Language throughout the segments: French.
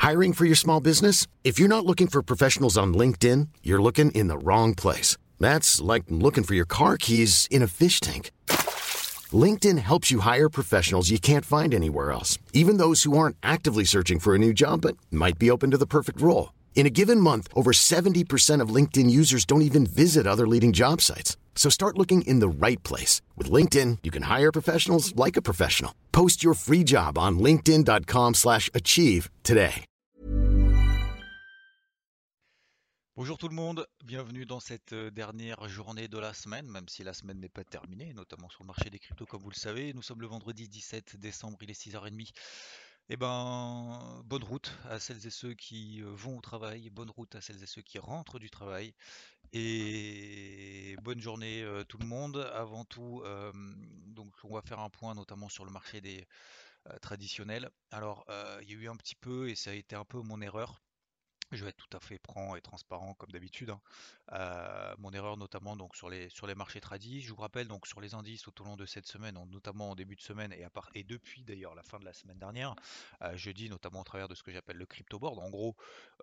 Hiring for your small business? If you're not looking for professionals on LinkedIn, you're looking in the wrong place. That's like looking for your car keys in a fish tank. LinkedIn helps you hire professionals you can't find anywhere else, even those who aren't actively searching for a new job but might be open to the perfect role. In a given month, over 70% of LinkedIn users don't even visit other leading job sites. So start looking in the right place. With LinkedIn, you can hire professionals like a professional. Post your free job on linkedin.com/achieve today. Bonjour tout le monde, bienvenue dans cette dernière journée de la semaine, même si la semaine n'est pas terminée, notamment sur le marché des cryptos comme vous le savez. Nous sommes le vendredi 17 décembre, il est 6h30. Eh ben, bonne route à celles et ceux qui vont au travail, bonne route à celles et ceux qui rentrent du travail, et bonne journée tout le monde. Avant tout, donc on va faire un point notamment sur le marché des traditionnels. Alors, il y a eu un petit peu, et ça a été un peu mon erreur. Je vais être tout à fait franc et transparent comme d'habitude, hein. Mon erreur notamment donc sur les marchés tradis. Je vous rappelle donc sur les indices tout au long de cette semaine, notamment en début de semaine et depuis d'ailleurs la fin de la semaine dernière, jeudi notamment au travers de ce que j'appelle le crypto board. En gros,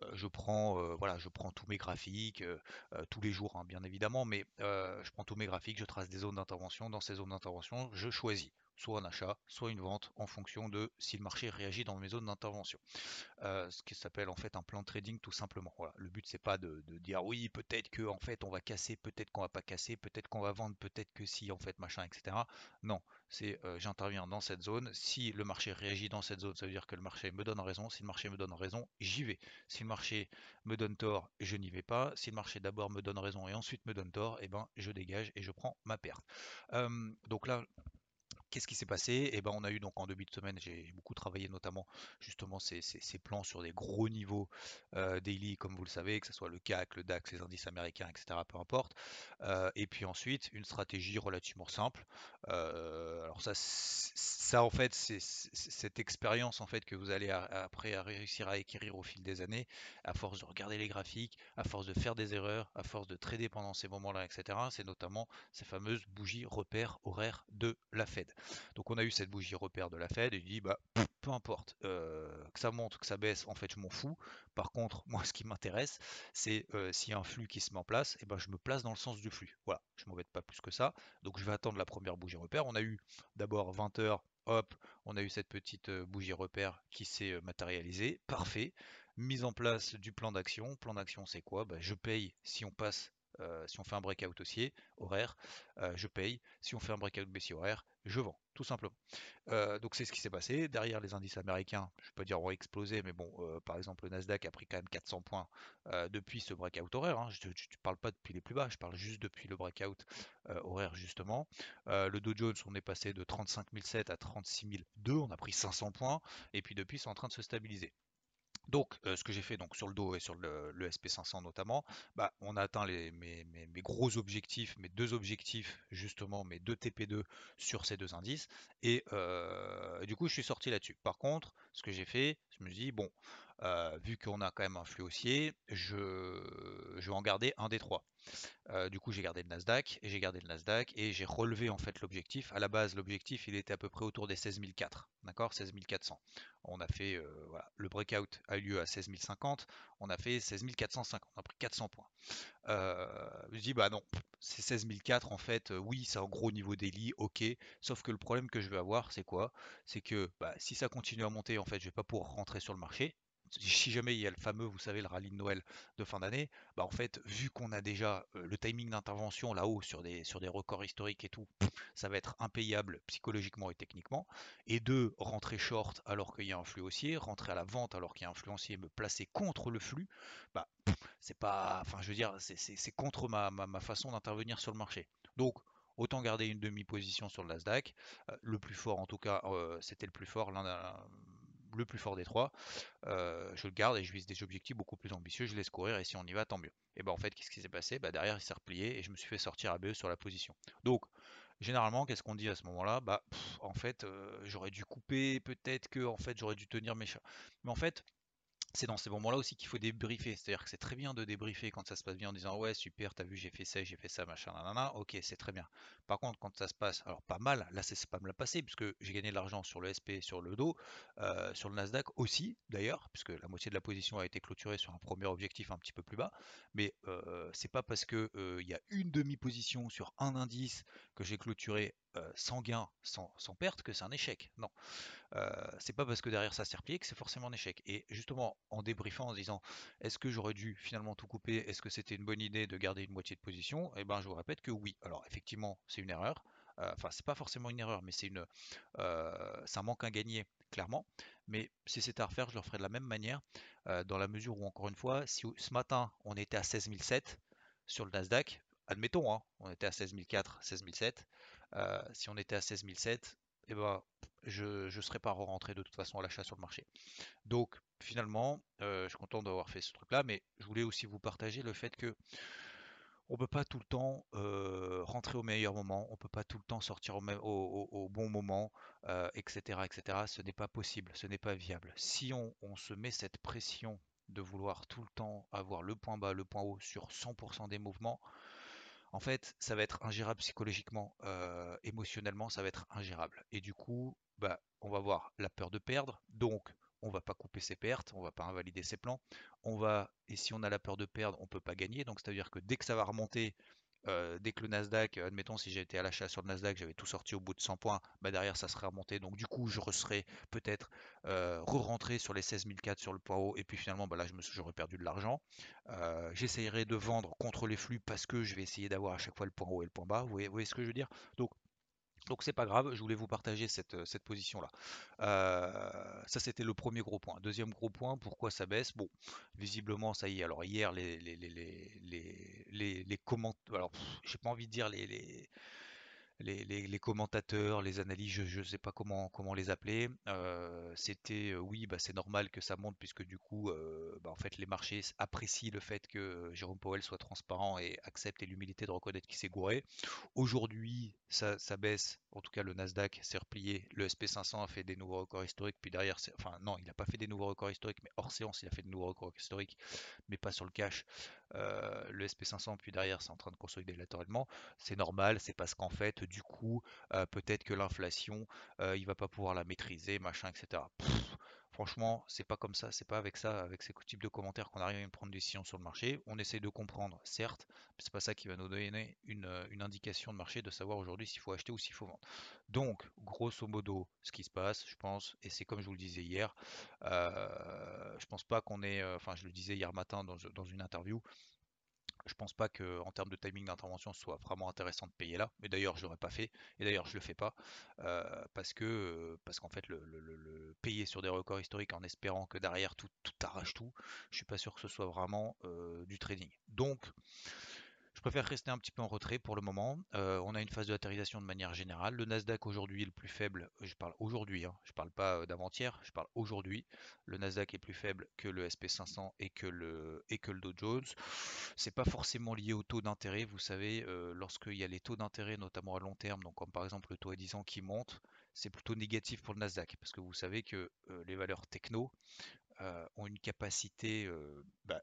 je prends tous mes graphiques tous les jours, hein, bien évidemment, mais je prends tous mes graphiques, je trace des zones d'intervention. Dans ces zones d'intervention, je choisis soit un achat, soit une vente en fonction de si le marché réagit dans mes zones d'intervention. Ce qui s'appelle en fait un plan de trading tout simplement. Voilà. Le but c'est pas de dire oui peut-être que en fait on va casser, peut-être qu'on va pas casser, peut-être qu'on va vendre, peut-être que si en fait machin etc. Non, c'est j'interviens dans cette zone. Si le marché réagit dans cette zone, ça veut dire que le marché me donne raison. Si le marché me donne raison, j'y vais. Si le marché me donne tort, je n'y vais pas. Si le marché d'abord me donne raison et ensuite me donne tort, eh ben je dégage et je prends ma perte. Donc là, qu'est-ce qui s'est passé? Eh ben, on a eu donc en début de semaine, j'ai beaucoup travaillé notamment justement ces plans sur des gros niveaux daily, comme vous le savez, que ce soit le CAC, le DAX, les indices américains, etc. Peu importe. Et puis ensuite, une stratégie relativement simple. Alors ça en fait, c'est cette expérience en fait que vous allez après à réussir à acquérir au fil des années, à force de regarder les graphiques, à force de faire des erreurs, à force de trader pendant ces moments-là, etc. C'est notamment ces fameuses bougies repères horaires de la Fed. Donc on a eu cette bougie repère de la Fed et je dis bah peu importe que ça monte, que ça baisse, en fait je m'en fous. Par contre, moi ce qui m'intéresse, c'est s'il y a un flux qui se met en place, et ben je me place dans le sens du flux. Voilà, je m'embête pas plus que ça. Donc je vais attendre la première bougie repère. On a eu d'abord 20 heures, hop, on a eu cette petite bougie repère qui s'est matérialisée, parfait. Mise en place du plan d'action. Plan d'action c'est quoi? Bah, je paye si on passe si on fait un breakout haussier horaire, je paye. Si on fait un breakout baissier horaire, je vends, tout simplement. Donc c'est ce qui s'est passé. Derrière les indices américains, je ne peux pas dire ont explosé, mais bon, par exemple le Nasdaq a pris quand même 400 points depuis ce breakout horaire, hein. Je ne parle pas depuis les plus bas, je parle juste depuis le breakout horaire justement. Le Dow Jones, on est passé de 35 007 à 36 002, on a pris 500 points, et puis depuis c'est en train de se stabiliser. Donc, ce que j'ai fait donc sur le dos et sur le SP500 notamment, bah, on a atteint mes gros objectifs, mes deux objectifs, justement, mes deux TP2 sur ces deux indices. Et du coup, je suis sorti là-dessus. Par contre, ce que j'ai fait, je me dis, bon, vu qu'on a quand même un flux haussier, je vais en garder un des trois. Du coup, j'ai gardé le Nasdaq et j'ai relevé en fait l'objectif. À la base, l'objectif il était à peu près autour des 16 400, d'accord, 16 400. On a fait voilà, le breakout a eu lieu à 16 050, on a fait 16 450, on a pris 400 points. Je dis bah non, c'est 16 400 en fait, oui, c'est un gros niveau daily, ok. Sauf que le problème que je vais avoir, c'est quoi? C'est que bah, si ça continue à monter, en fait, je vais pas pouvoir rentrer sur le marché. Si jamais il y a le fameux, vous savez, le rallye de Noël de fin d'année, bah en fait, vu qu'on a déjà le timing d'intervention là-haut sur des records historiques et tout, ça va être impayable psychologiquement et techniquement. Et deux, rentrer short alors qu'il y a un flux haussier, rentrer à la vente alors qu'il y a un flux haussier, me placer contre le flux, bah c'est pas, enfin je veux dire, c'est contre ma façon d'intervenir sur le marché. Donc autant garder une demi-position sur le Nasdaq. Le plus fort en tout cas, c'était le plus fort, le plus fort des trois. Je le garde et je vise des objectifs beaucoup plus ambitieux, je laisse courir et si on y va, tant mieux. Et ben en fait, qu'est-ce qui s'est passé? Bah derrière, il s'est replié et je me suis fait sortir à BE sur la position. Donc, généralement, qu'est-ce qu'on dit à ce moment-là? Bah, en fait, j'aurais dû couper, peut-être que en fait, j'aurais dû tenir mes chats. Mais en fait, c'est dans ces moments-là aussi qu'il faut débriefer. C'est-à-dire que c'est très bien de débriefer quand ça se passe bien en disant ouais super, t'as vu j'ai fait ça, machin, nanana, ok c'est très bien. Par contre quand ça se passe, alors pas mal, là c'est pas me la passer puisque j'ai gagné de l'argent sur le SP, sur le dos, sur le Nasdaq aussi d'ailleurs, puisque la moitié de la position a été clôturée sur un premier objectif un petit peu plus bas, mais c'est pas parce que il y a une demi-position sur un indice que j'ai clôturé sans gain, sans perte, que c'est un échec. Non, c'est pas parce que derrière ça s'est replié que c'est forcément un échec. Et justement, en débriefant, en se disant est-ce que j'aurais dû finalement tout couper, est-ce que c'était une bonne idée de garder une moitié de position, eh ben je vous répète que oui. Alors effectivement, c'est une erreur. Enfin, c'est pas forcément une erreur, mais c'est un manque à gagner, clairement. Mais si c'était à refaire, je le referais de la même manière, dans la mesure où, encore une fois, si ce matin on était à 16 007 sur le Nasdaq, admettons, hein, on était à 16 004, 16 007, si on était à 16 007, eh ben, je ne serais pas rentré de toute façon à l'achat sur le marché. Donc finalement, je suis content d'avoir fait ce truc-là, mais je voulais aussi vous partager le fait que on peut pas tout le temps rentrer au meilleur moment, on peut pas tout le temps sortir au bon moment, etc., etc. Ce n'est pas possible, ce n'est pas viable. Si on se met cette pression de vouloir tout le temps avoir le point bas, le point haut sur 100% des mouvements, en fait, ça va être ingérable psychologiquement, émotionnellement, ça va être ingérable. Et du coup, bah, on va avoir la peur de perdre, donc on va pas couper ses pertes, on va pas invalider ses plans. Et si on a la peur de perdre, on peut pas gagner. Donc c'est-à-dire que dès que ça va remonter, dès que le Nasdaq, admettons si j'étais à l'achat sur le Nasdaq, j'avais tout sorti au bout de 100 points, bah derrière ça serait remonté. Donc du coup, je serais peut-être re-rentré sur les 16 004 sur le point haut, et puis finalement, bah là, j'aurais perdu de l'argent. J'essayerai de vendre contre les flux parce que je vais essayer d'avoir à chaque fois le point haut et le point bas. Vous voyez ce que je veux dire? Donc c'est pas grave, je voulais vous partager cette position-là. Ça c'était le premier gros point. Deuxième gros point, pourquoi ça baisse? Bon, visiblement ça y est. Alors hier les commentaires, alors j'ai pas envie de dire les commentateurs, les analystes, je ne sais pas comment les appeler. C'était oui, bah, c'est normal que ça monte puisque du coup, bah, en fait, les marchés apprécient le fait que Jérôme Powell soit transparent et accepte et l'humilité de reconnaître qu'il s'est gouré. Aujourd'hui, ça baisse. En tout cas, le Nasdaq s'est replié. Le SP500 a fait des nouveaux records historiques. Puis derrière, enfin non, il n'a pas fait des nouveaux records historiques, mais hors séance, il a fait de nouveaux records historiques, mais pas sur le cash. Le SP500, puis derrière, c'est en train de consolider latéralement. C'est normal, c'est parce qu'en fait, du coup, peut-être que l'inflation, il va pas pouvoir la maîtriser, machin, etc. Franchement, c'est pas comme ça, c'est pas avec ça, avec ces types de commentaires qu'on arrive à prendre des décisions sur le marché. On essaie de comprendre, certes, mais c'est pas ça qui va nous donner une indication de marché de savoir aujourd'hui s'il faut acheter ou s'il faut vendre. Donc, grosso modo, ce qui se passe, je pense, et c'est comme je vous le disais hier, je pense pas qu'on est, enfin, je le disais hier matin dans une interview, je pense pas que en termes de timing d'intervention, ce soit vraiment intéressant de payer là. Mais d'ailleurs, je l'aurais pas fait. Et d'ailleurs, je le fais pas parce qu'en fait, le payer sur des records historiques en espérant que derrière tout arrache tout, je suis pas sûr que ce soit vraiment du trading. Donc, je préfère rester un petit peu en retrait pour le moment. On a une phase de latérisation de manière générale. Le Nasdaq aujourd'hui est le plus faible. Je parle aujourd'hui, hein, je parle pas d'avant-hier, je parle aujourd'hui. Le Nasdaq est plus faible que le SP500 et que le Dow Jones. C'est pas forcément lié au taux d'intérêt. Vous savez, lorsqu'il y a les taux d'intérêt, notamment à long terme, donc comme par exemple le taux à 10 ans qui monte, c'est plutôt négatif pour le Nasdaq parce que vous savez que les valeurs techno ont une capacité bah,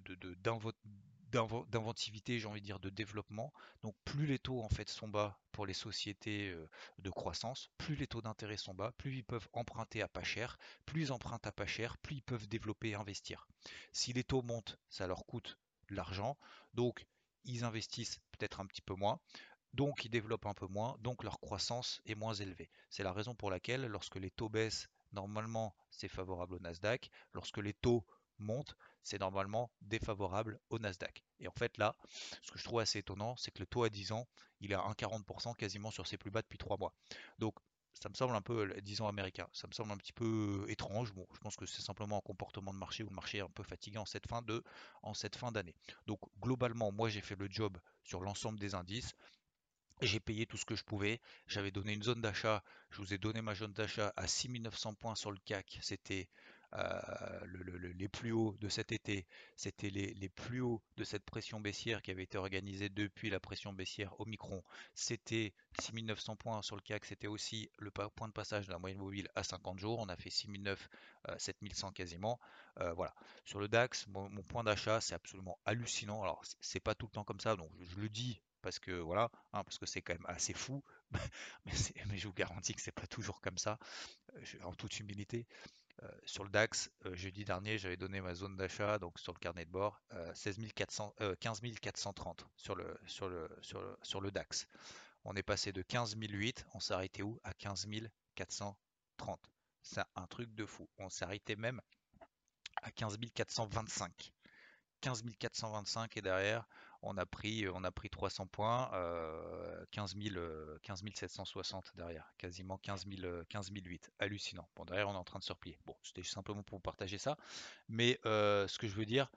d'inventivité, j'ai envie de dire, de développement. Donc plus les taux en fait sont bas pour les sociétés de croissance, plus les taux d'intérêt sont bas, plus ils peuvent emprunter à pas cher, plus ils empruntent à pas cher, plus ils peuvent développer et investir. Si les taux montent, ça leur coûte de l'argent, donc ils investissent peut-être un petit peu moins. Donc ils développent un peu moins, donc leur croissance est moins élevée. C'est la raison pour laquelle lorsque les taux baissent, normalement c'est favorable au Nasdaq. Lorsque les taux montent, c'est normalement défavorable au Nasdaq. Et en fait là, ce que je trouve assez étonnant, c'est que le taux à 10 ans, il est à 1,40% quasiment sur ses plus bas depuis 3 mois. Donc ça me semble un peu, 10 ans américain, ça me semble un petit peu étrange. Bon, je pense que c'est simplement un comportement de marché où le marché est un peu fatigué en cette fin d'année. Donc globalement, moi j'ai fait le job sur l'ensemble des indices. J'ai payé tout ce que je pouvais. J'avais donné une zone d'achat. Je vous ai donné ma zone d'achat à 6 900 points sur le CAC. C'était les plus hauts de cet été, c'était les plus hauts de cette pression baissière qui avait été organisée depuis la pression baissière Omicron. C'était 6900 points sur le CAC, c'était aussi le point de passage de la moyenne mobile à 50 jours. On a fait 6009, 7100 quasiment. Voilà. Sur le DAX, mon point d'achat, c'est absolument hallucinant. Alors, c'est pas tout le temps comme ça, donc je le dis parce que voilà, hein, parce que c'est quand même assez fou, mais je vous garantis que c'est pas toujours comme ça, en toute humilité. Sur le DAX, jeudi dernier, j'avais donné ma zone d'achat, donc sur le carnet de bord, 16 400, 15 430 sur le DAX. On est passé de 15 008, on s'est arrêté où? À 15 430. C'est un truc de fou. On s'est arrêté même à 15 425. 15 425 et derrière, on a pris 300 points, 15 000, 15 760 derrière, quasiment 15 008. Hallucinant. Bon, derrière, on est en train de se replier. Bon, c'était simplement pour vous partager ça. Mais ce que je veux dire,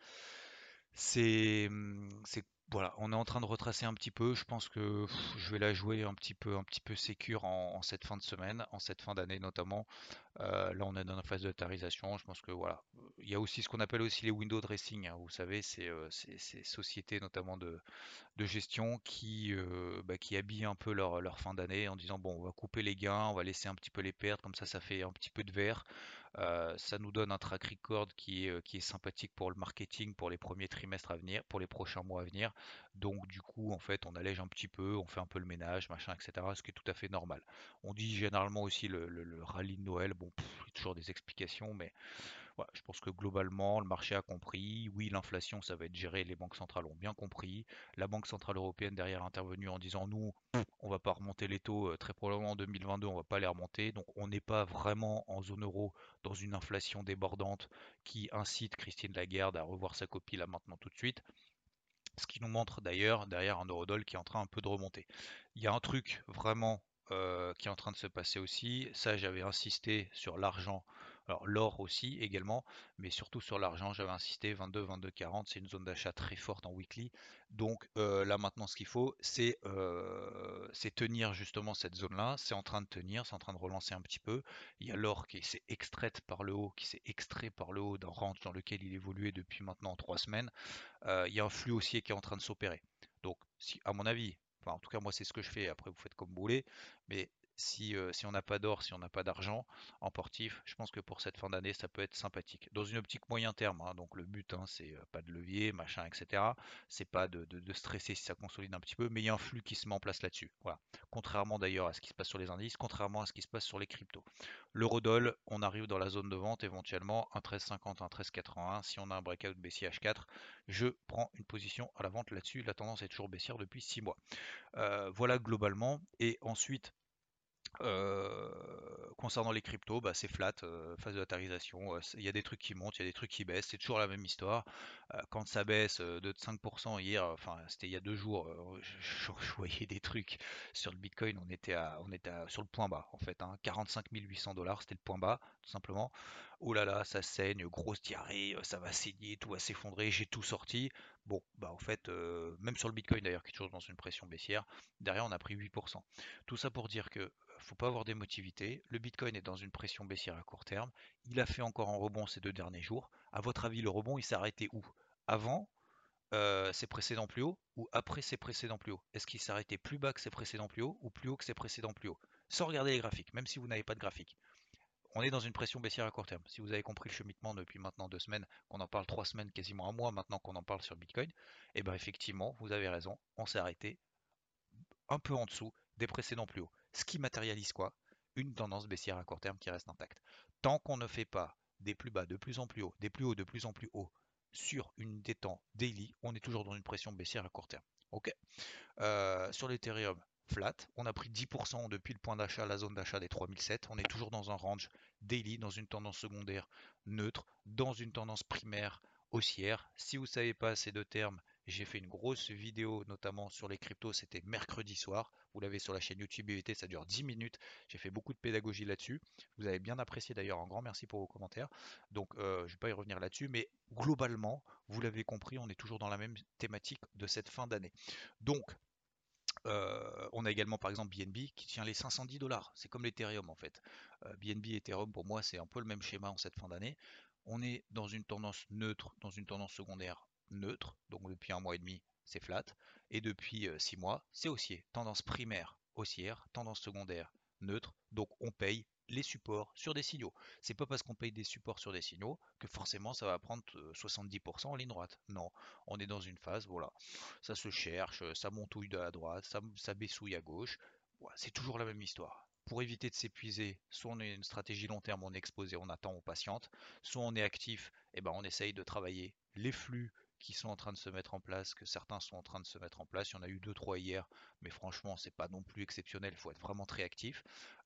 c'est voilà, on est en train de retracer un petit peu. Je pense que je vais la jouer un petit peu sécure en cette fin de semaine, en cette fin d'année notamment. Là, on est dans la phase de tarisation. Je pense que voilà. Il y a aussi ce qu'on appelle aussi les window dressing, hein. Vous savez, c'est ces sociétés notamment de gestion qui habillent un peu leur fin d'année en disant bon, on va couper les gains, on va laisser un petit peu les pertes, comme ça fait un petit peu de vert. Ça nous donne un track record qui est sympathique pour le marketing pour les premiers trimestres à venir, pour les prochains mois à venir. Donc du coup, en fait, on allège un petit peu, on fait un peu le ménage, machin, etc. Ce qui est tout à fait normal. On dit généralement aussi le rallye de Noël. Bon, il y a toujours des explications, mais voilà, je pense que globalement, le marché a compris. Oui, l'inflation, ça va être géré. Les banques centrales ont bien compris. La Banque centrale européenne derrière a intervenu en disant nous, on va pas remonter les taux. Très probablement en 2022, on va pas les remonter. Donc, on n'est pas vraiment en zone euro dans une inflation débordante qui incite Christine Lagarde à revoir sa copie là maintenant tout de suite. Ce qui nous montre d'ailleurs derrière un eurodoll qui est en train un peu de remonter. Il y a un truc vraiment qui est en train de se passer aussi. Ça, j'avais insisté sur l'argent. Alors l'or aussi également, mais surtout sur l'argent, j'avais insisté 22, 22, 40. C'est une zone d'achat très forte en weekly. Donc là maintenant, ce qu'il faut, c'est tenir justement cette zone-là. C'est en train de tenir, c'est en train de relancer un petit peu. Il y a l'or qui s'est extraite par le haut, qui s'est extrait par le haut d'un range dans lequel il évoluait depuis maintenant 3 semaines. Il y a un flux haussier qui est en train de s'opérer. Donc, si, à mon avis, enfin, en tout cas, moi, c'est ce que je fais. Après, vous faites comme vous voulez. Mais si on n'a pas d'or, si on n'a pas d'argent en portif, je pense que pour cette fin d'année, ça peut être sympathique. Dans une optique moyen terme, hein, donc le but, hein, c'est pas de levier, machin, etc. C'est pas de stresser si ça consolide un petit peu, mais il y a un flux qui se met en place là-dessus. Voilà. Contrairement d'ailleurs à ce qui se passe sur les indices, contrairement à ce qui se passe sur les cryptos. L'eurodoll, on arrive dans la zone de vente éventuellement, un 13,50, un 13,81. Si on a un breakout baissier H4, je prends une position à la vente là-dessus. La tendance est toujours baissière depuis 6 mois. Voilà globalement. Et ensuite, euh, concernant les cryptos, bah, c'est flat, phase de latérisation. Il y a des trucs qui montent, il y a des trucs qui baissent. C'est toujours la même histoire. Quand ça baisse de 5% hier, enfin c'était il y a 2 jours, je voyais des trucs sur le Bitcoin. Sur le point bas en fait, hein, 45 800 dollars, c'était le point bas tout simplement. Oh là là, ça saigne, grosse diarrhée, ça va saigner, tout va s'effondrer. J'ai tout sorti. Bon, bah en fait, même sur le Bitcoin d'ailleurs, qui est toujours dans une pression baissière, derrière on a pris 8%. Tout ça pour dire que faut pas avoir d'émotivité. Le Bitcoin est dans une pression baissière à court terme. Il a fait encore un rebond ces 2 derniers jours. À votre avis, le rebond, il s'est arrêté où? Avant ses précédents plus hauts ou après ses précédents plus hauts? Est-ce qu'il s'est arrêté plus bas que ses précédents plus hauts ou plus haut que ses précédents plus hauts? Sans regarder les graphiques, même si vous n'avez pas de graphique. On est dans une pression baissière à court terme. Si vous avez compris le cheminement depuis maintenant 2 semaines, qu'on en parle 3 semaines, quasiment un mois maintenant qu'on en parle sur Bitcoin, et bien effectivement, vous avez raison, on s'est arrêté un peu en dessous des précédents plus hauts. Ce qui matérialise quoi? Une tendance baissière à court terme qui reste intacte. Tant qu'on ne fait pas des plus bas de plus en plus haut, des plus hauts de plus en plus haut sur une unité de temps daily, on est toujours dans une pression baissière à court terme. Ok. Sur l'Ethereum, flat, on a pris 10% depuis le point d'achat, la zone d'achat des 3007. On est toujours dans un range daily, dans une tendance secondaire neutre, dans une tendance primaire haussière. Si vous ne savez pas ces deux termes, j'ai fait une grosse vidéo notamment sur les cryptos, c'était mercredi soir. Vous l'avez sur la chaîne YouTube IVT, ça dure 10 minutes. J'ai fait beaucoup de pédagogie là-dessus. Vous avez bien apprécié d'ailleurs, un grand merci pour vos commentaires. Donc je ne vais pas y revenir là-dessus, mais globalement, vous l'avez compris, on est toujours dans la même thématique de cette fin d'année. Donc, on a également par exemple BNB qui tient les 510 dollars. C'est comme l'Ethereum en fait. BNB et Ethereum pour moi c'est un peu le même schéma en cette fin d'année. on est dans une tendance neutre, dans une tendance secondaire neutre, donc depuis 1 mois et demi, c'est flat, et depuis 6 mois, c'est haussier. Tendance primaire haussière, tendance secondaire neutre, donc on paye les supports sur des signaux. C'est pas parce qu'on paye des supports sur des signaux que forcément ça va prendre 70% en ligne droite. Non, on est dans une phase, voilà, ça se cherche, ça montouille de la droite, ça baissouille à gauche. Voilà, c'est toujours la même histoire. Pour éviter de s'épuiser, soit on a une stratégie long terme, on est exposé, on attend, on patiente, soit on est actif, et ben on essaye de travailler les flux qui sont en train de se mettre en place, que certains sont en train de se mettre en place. Il y en a eu 2-3 hier, mais franchement, c'est pas non plus exceptionnel, il faut être vraiment très actif.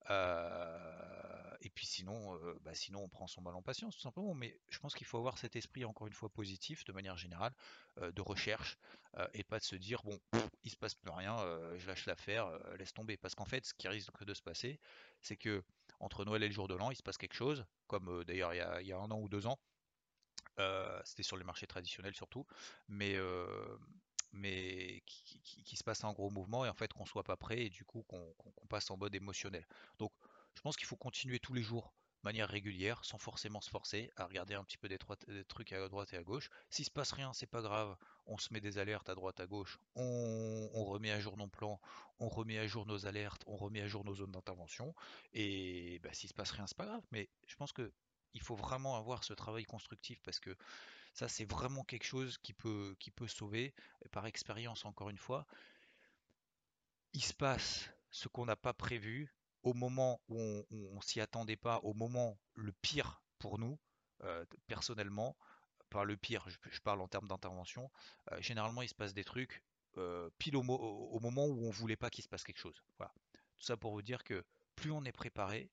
Et puis sinon, on prend son mal en patience, tout simplement. Mais je pense qu'il faut avoir cet esprit, encore une fois, positif, de manière générale, de recherche, et pas de se dire, bon, il se passe plus rien, je lâche l'affaire, laisse tomber. Parce qu'en fait, ce qui risque de se passer, c'est que entre Noël et le jour de l'an, il se passe quelque chose, comme d'ailleurs il y a 1 an ou 2 ans. C'était sur les marchés traditionnels surtout, mais, euh, mais qui se passe un gros mouvement et en fait qu'on soit pas prêt et du coup qu'on passe en mode émotionnel. Donc je pense qu'il faut continuer tous les jours de manière régulière, sans forcément se forcer à regarder un petit peu des trucs à droite et à gauche. S'il se passe rien, c'est pas grave, on se met des alertes à droite à gauche, on remet à jour nos plans, on remet à jour nos alertes, on remet à jour nos zones d'intervention, et bah, s'il se passe rien, c'est pas grave, mais je pense que il faut vraiment avoir ce travail constructif parce que ça, c'est vraiment quelque chose qui peut sauver. Et par expérience, encore une fois, il se passe ce qu'on n'a pas prévu au moment où on s'y attendait pas, au moment le pire pour nous, personnellement. Par le pire, je parle en termes d'intervention. Généralement, il se passe des trucs pile au moment où on voulait pas qu'il se passe quelque chose. Voilà. Tout ça pour vous dire que plus on est préparé,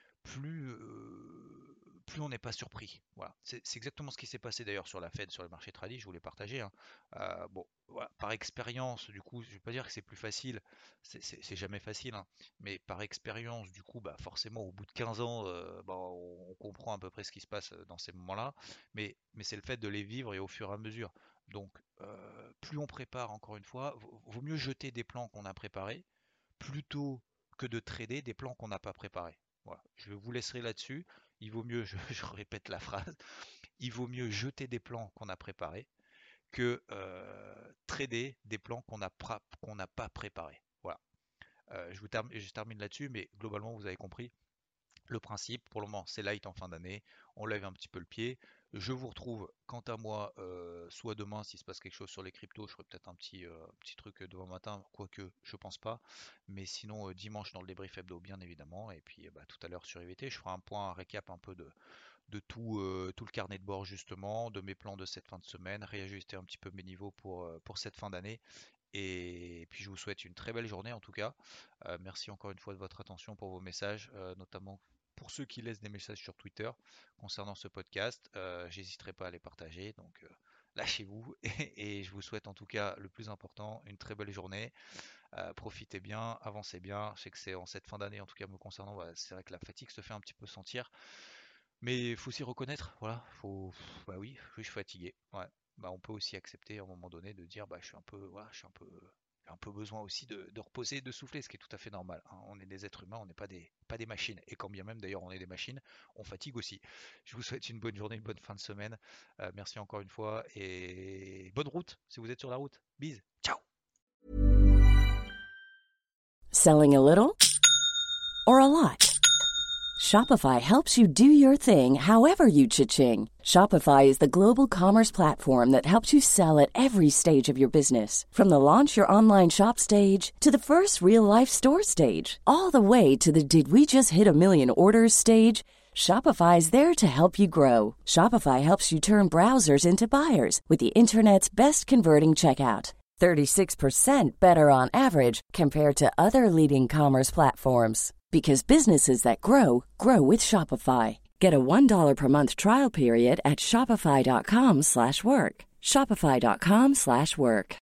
plus on n'est pas surpris. Voilà. C'est exactement ce qui s'est passé d'ailleurs sur la Fed, sur le marché tradit, je voulais partager, hein. Bon, voilà, par expérience, du coup, je ne vais pas dire que c'est plus facile, c'est jamais facile, hein, mais par expérience, du coup, bah, forcément, au bout de 15 ans, bah, on comprend à peu près ce qui se passe dans ces moments-là, mais c'est le fait de les vivre et au fur et à mesure. Donc, plus on prépare, encore une fois, vaut mieux jeter des plans qu'on a préparés plutôt que de trader des plans qu'on n'a pas préparés. Voilà, je vous laisserai là-dessus. Il vaut mieux, je répète la phrase, il vaut mieux jeter des plans qu'on a préparés que trader des plans qu'on n'a pas préparés. Voilà. Je termine là-dessus, mais globalement, vous avez compris. Le principe, pour le moment, c'est light en fin d'année. On lève un petit peu le pied. Je vous retrouve, quant à moi, soit demain, s'il se passe quelque chose sur les cryptos, je ferai peut-être un petit truc demain matin, quoique je pense pas. Mais sinon, dimanche dans le débrief hebdo, bien évidemment. Et puis bah, tout à l'heure sur IVT, je ferai un récap un peu de tout le carnet de bord, justement, de mes plans de cette fin de semaine, réajuster un petit peu mes niveaux pour cette fin d'année. Et puis je vous souhaite une très belle journée en tout cas. Merci encore une fois de votre attention pour vos messages, notamment pour ceux qui laissent des messages sur Twitter concernant ce podcast. J'hésiterai pas à les partager, donc lâchez-vous et je vous souhaite en tout cas le plus important, une très belle journée. Profitez bien, avancez bien. Je sais que c'est en cette fin d'année, en tout cas me concernant, c'est vrai que la fatigue se fait un petit peu sentir. Mais il faut s'y reconnaître, voilà, bah oui, je suis fatigué. Ouais. Bah on peut aussi accepter à un moment donné de dire bah je suis un peu, voilà, j'ai un peu besoin aussi de reposer, de souffler, ce qui est tout à fait normal, hein. On est des êtres humains, on n'est pas des machines. Et quand bien même d'ailleurs on est des machines, on fatigue aussi. Je vous souhaite une bonne journée, une bonne fin de semaine. Merci encore une fois et bonne route si vous êtes sur la route. Bise, ciao. Selling a little or a lot? Shopify helps you do your thing however you cha-ching. Shopify is the global commerce platform that helps you sell at every stage of your business. From the launch your online shop stage to the first real-life store stage, all the way to the did we just hit a million orders stage. Shopify is there to help you grow. Shopify helps you turn browsers into buyers with the internet's best converting checkout. 36% better on average compared to other leading commerce platforms. Because businesses that grow, grow with Shopify. Get a $1 per month trial period at shopify.com/work. Shopify.com/work.